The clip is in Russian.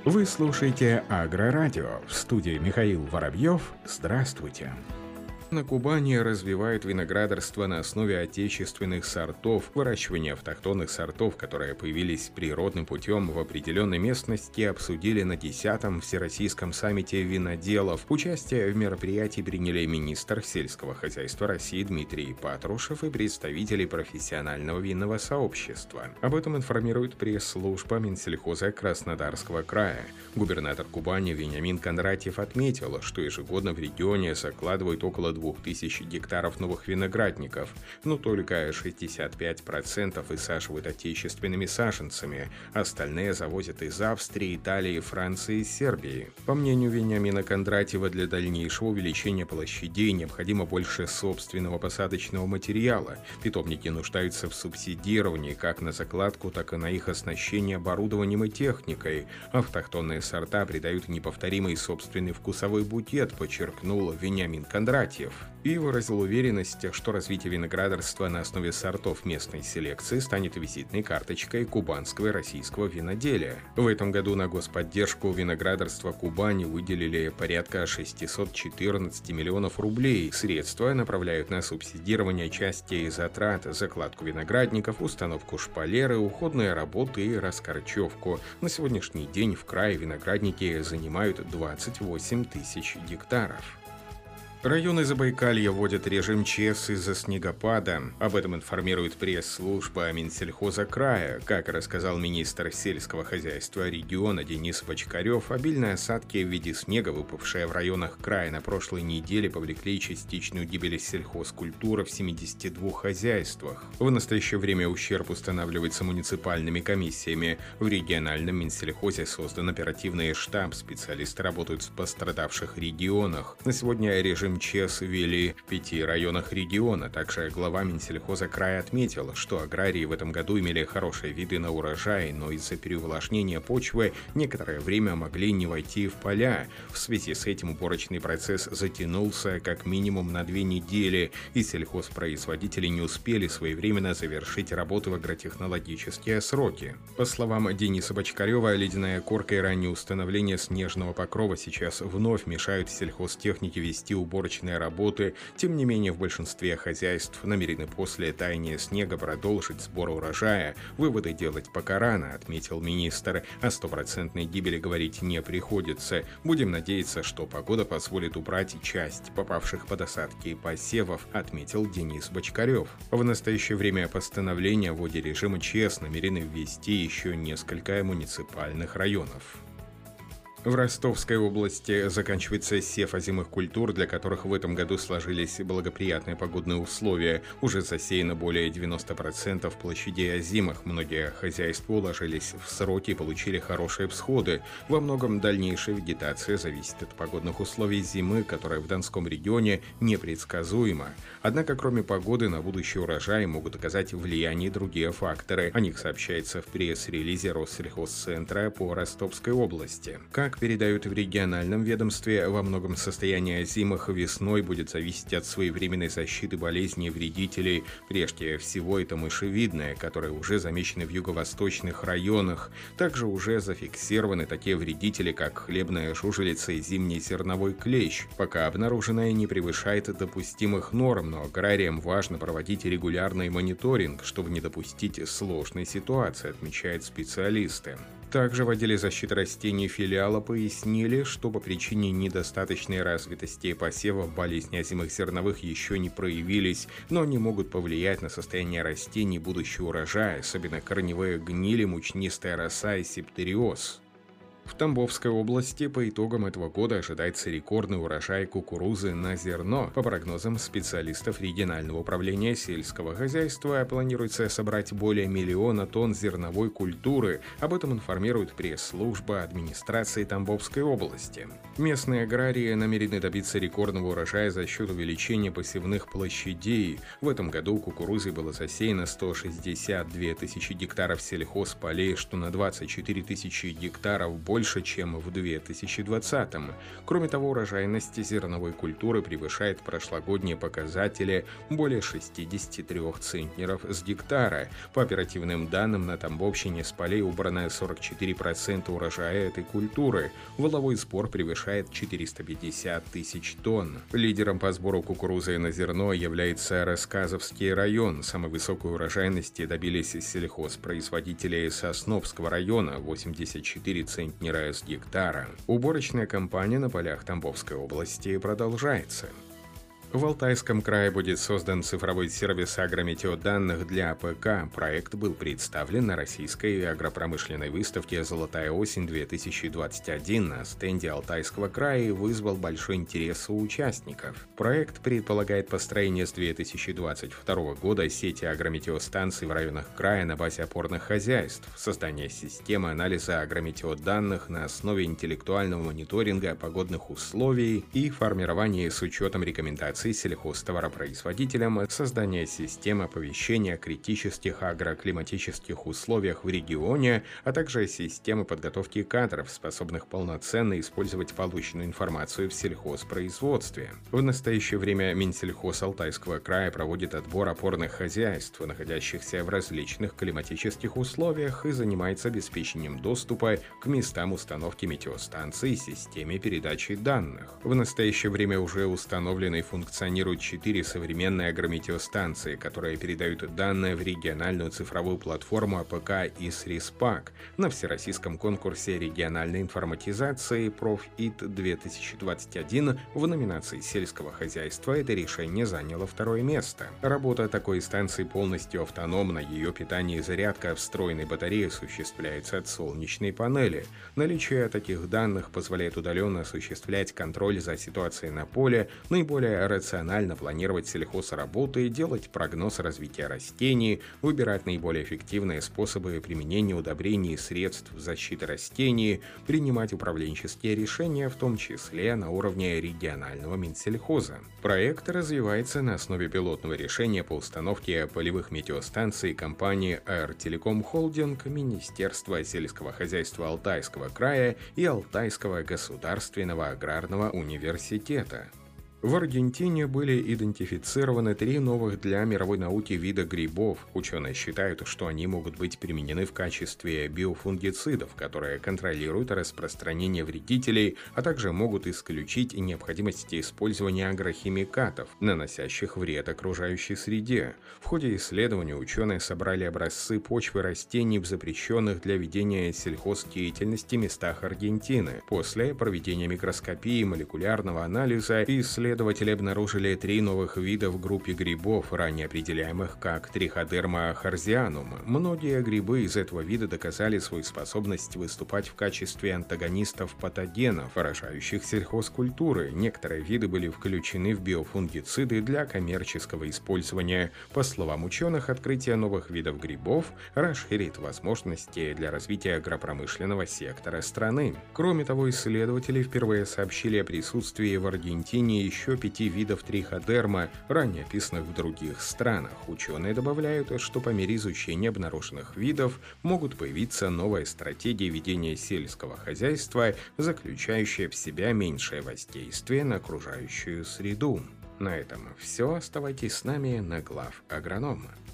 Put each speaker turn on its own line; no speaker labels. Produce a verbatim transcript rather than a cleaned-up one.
Вы слушаете Агрорадио. В студии Михаил Воробьев. Здравствуйте. На Кубани развивают виноградарство на основе отечественных сортов. Выращивание автохтонных сортов, которые появились природным путем в определенной местности, обсудили на десятом Всероссийском саммите виноделов. Участие в мероприятии приняли министр сельского хозяйства России Дмитрий Патрушев и представители профессионального винного сообщества. Об этом информирует пресс-служба Минсельхоза Краснодарского края. Губернатор Кубани Вениамин Кондратьев отметил, что ежегодно в регионе закладывают около двух тысяч гектаров новых виноградников, но только шестьдесят пять процентов высаживают отечественными саженцами, остальные завозят из Австрии, Италии, Франции и Сербии. По мнению Вениамина Кондратьева, для дальнейшего увеличения площадей необходимо больше собственного посадочного материала. Питомники нуждаются в субсидировании как на закладку, так и на их оснащение оборудованием и техникой. Автохтонные сорта придают неповторимый собственный вкусовой букет, подчеркнул Вениамин Кондратьев. И выразил уверенность, что развитие виноградарства на основе сортов местной селекции станет визитной карточкой кубанского и российского виноделия. В этом году на господдержку виноградарства Кубани выделили порядка шестьсот четырнадцать миллионов рублей. Средства направляют на субсидирование части затрат, закладку виноградников, установку шпалеры, уходные работы и раскорчевку. На сегодняшний день в крае виноградники занимают двадцать восемь тысяч гектаров. Районы Забайкалья вводят режим ЧС из-за снегопада. Об этом информирует пресс-служба Минсельхоза края. Как рассказал министр сельского хозяйства региона Денис Бочкарев, обильные осадки в виде снега, выпавшие в районах края на прошлой неделе, повлекли частичную гибель сельхозкультуры в семидесяти двух хозяйствах. В настоящее время ущерб устанавливается муниципальными комиссиями. В региональном Минсельхозе создан оперативный штаб. Специалисты работают в пострадавших регионах. На сегодня режим ЧС ввели в пяти районах региона. Также глава Минсельхоза края отметил, что аграрии в этом году имели хорошие виды на урожай, но из-за переувлажнения почвы некоторое время могли не войти в поля. В связи с этим уборочный процесс затянулся как минимум на две недели, и сельхозпроизводители не успели своевременно завершить работы в агротехнологические сроки. По словам Дениса Бочкарева, ледяная корка и раннее установление снежного покрова сейчас вновь мешают сельхозтехнике вести уборочные Уборочные работы. Тем не менее, в большинстве хозяйств намерены после таяния снега продолжить сбор урожая. Выводы делать пока рано, отметил министр. О стопроцентной гибели говорить не приходится. Будем надеяться, что погода позволит убрать часть попавших под осадки посевов, отметил Денис Бочкарев. В настоящее время постановление о вводе режима ЧС намерены ввести еще несколько муниципальных районов. В Ростовской области заканчивается сев озимых культур, для которых в этом году сложились благоприятные погодные условия. Уже засеяно более девяноста процентов площадей озимых. Многие хозяйства уложились в сроки и получили хорошие всходы. Во многом дальнейшая вегетация зависит от погодных условий зимы, которая в Донском регионе непредсказуема. Однако, кроме погоды, на будущий урожай могут оказать влияние другие факторы. О них сообщается в пресс-релизе Россельхозцентра по Ростовской области. Как передают в региональном ведомстве, во многом состояние озимых весной будет зависеть от своевременной защиты болезней и вредителей. Прежде всего, это мышевидные, которые уже замечены в юго-восточных районах. Также уже зафиксированы такие вредители, как хлебная жужелица и зимний зерновой клещ. Пока обнаруженное не превышает допустимых норм, но аграриям важно проводить регулярный мониторинг, чтобы не допустить сложной ситуации, отмечают специалисты. Также в отделе защиты растений филиала пояснили, что по причине недостаточной развитости посевов болезни озимых зерновых еще не проявились, но они могут повлиять на состояние растений будущего урожая, особенно корневые гнили, мучнистая роса и септериоз. В Тамбовской области по итогам этого года ожидается рекордный урожай кукурузы на зерно. По прогнозам специалистов регионального управления сельского хозяйства, планируется собрать более миллиона тонн зерновой культуры. Об этом информирует пресс-служба администрации Тамбовской области. Местные аграрии намерены добиться рекордного урожая за счет увеличения посевных площадей. В этом году кукурузой было засеяно сто шестьдесят две тысячи гектаров сельхозполей, что на двадцать четыре тысячи гектаров больше, больше, чем в две тысячи двадцатом. Кроме того, урожайность зерновой культуры превышает прошлогодние показатели более шестидесяти трёх центнеров с гектара. По оперативным данным, на Тамбовщине с полей убрано сорок четыре процента урожая этой культуры. Валовой сбор превышает четыреста пятьдесят тысяч тонн. Лидером по сбору кукурузы на зерно является Рассказовский район. Самой высокой урожайности добились сельхозпроизводители Сосновского района – восемьдесят четыре центнера с гектара. Уборочная кампания на полях Тамбовской области продолжается. В Алтайском крае будет создан цифровой сервис агрометеоданных для АПК. Проект был представлен на Российской агропромышленной выставке «Золотая осень-две тысячи двадцать один» на стенде Алтайского края и вызвал большой интерес у участников. Проект предполагает построение с две тысячи двадцать второго года сети агрометеостанций в районах края на базе опорных хозяйств, создание системы анализа агрометеоданных на основе интеллектуального мониторинга погодных условий и формирования с учетом рекомендаций сельхозтоваропроизводителям, создание систем оповещения о критических агроклиматических условиях в регионе, а также системы подготовки кадров, способных полноценно использовать полученную информацию в сельхозпроизводстве. В настоящее время Минсельхоз Алтайского края проводит отбор опорных хозяйств, находящихся в различных климатических условиях, и занимается обеспечением доступа к местам установки метеостанций и системе передачи данных. В настоящее время уже установлены функции Функционируют четыре современные агрометеостанции, которые передают данные в региональную цифровую платформу АПК ИСРИСПАК. На всероссийском конкурсе региональной информатизации «Профит-две тысячи двадцать один» в номинации «Сельского хозяйства» это решение заняло второе место. Работа такой станции полностью автономна, ее питание и зарядка встроенной батареи осуществляется от солнечной панели. Наличие таких данных позволяет удаленно осуществлять контроль за ситуацией на поле, наиболее рационально планировать сельхозработы, делать прогноз развития растений, выбирать наиболее эффективные способы применения удобрений и средств защиты растений, принимать управленческие решения, в том числе на уровне регионального Минсельхоза. Проект развивается на основе пилотного решения по установке полевых метеостанций компании «Аэротелеком Холдинг», Министерства сельского хозяйства Алтайского края и Алтайского государственного аграрного университета. В Аргентине были идентифицированы три новых для мировой науки вида грибов. Ученые считают, что они могут быть применены в качестве биофунгицидов, которые контролируют распространение вредителей, а также могут исключить необходимость использования агрохимикатов, наносящих вред окружающей среде. В ходе исследования ученые собрали образцы почвы растений в запрещенных для ведения сельхоздеятельности местах Аргентины. После проведения микроскопии и молекулярного анализа исследования Исследователи обнаружили три новых вида в группе грибов, ранее определяемых как Триходерма харзианум. Многие грибы из этого вида доказали свою способность выступать в качестве антагонистов патогенов, поражающих сельхозкультуры. Некоторые виды были включены в биофунгициды для коммерческого использования. По словам ученых, открытие новых видов грибов расширит возможности для развития агропромышленного сектора страны. Кроме того, исследователи впервые сообщили о присутствии в Аргентине еще пяти видов триходерма, ранее описанных в других странах. Ученые добавляют, что по мере изучения обнаруженных видов могут появиться новые стратегии ведения сельского хозяйства, заключающие в себя меньшее воздействие на окружающую среду. На этом все. Оставайтесь с нами на Глав агронома.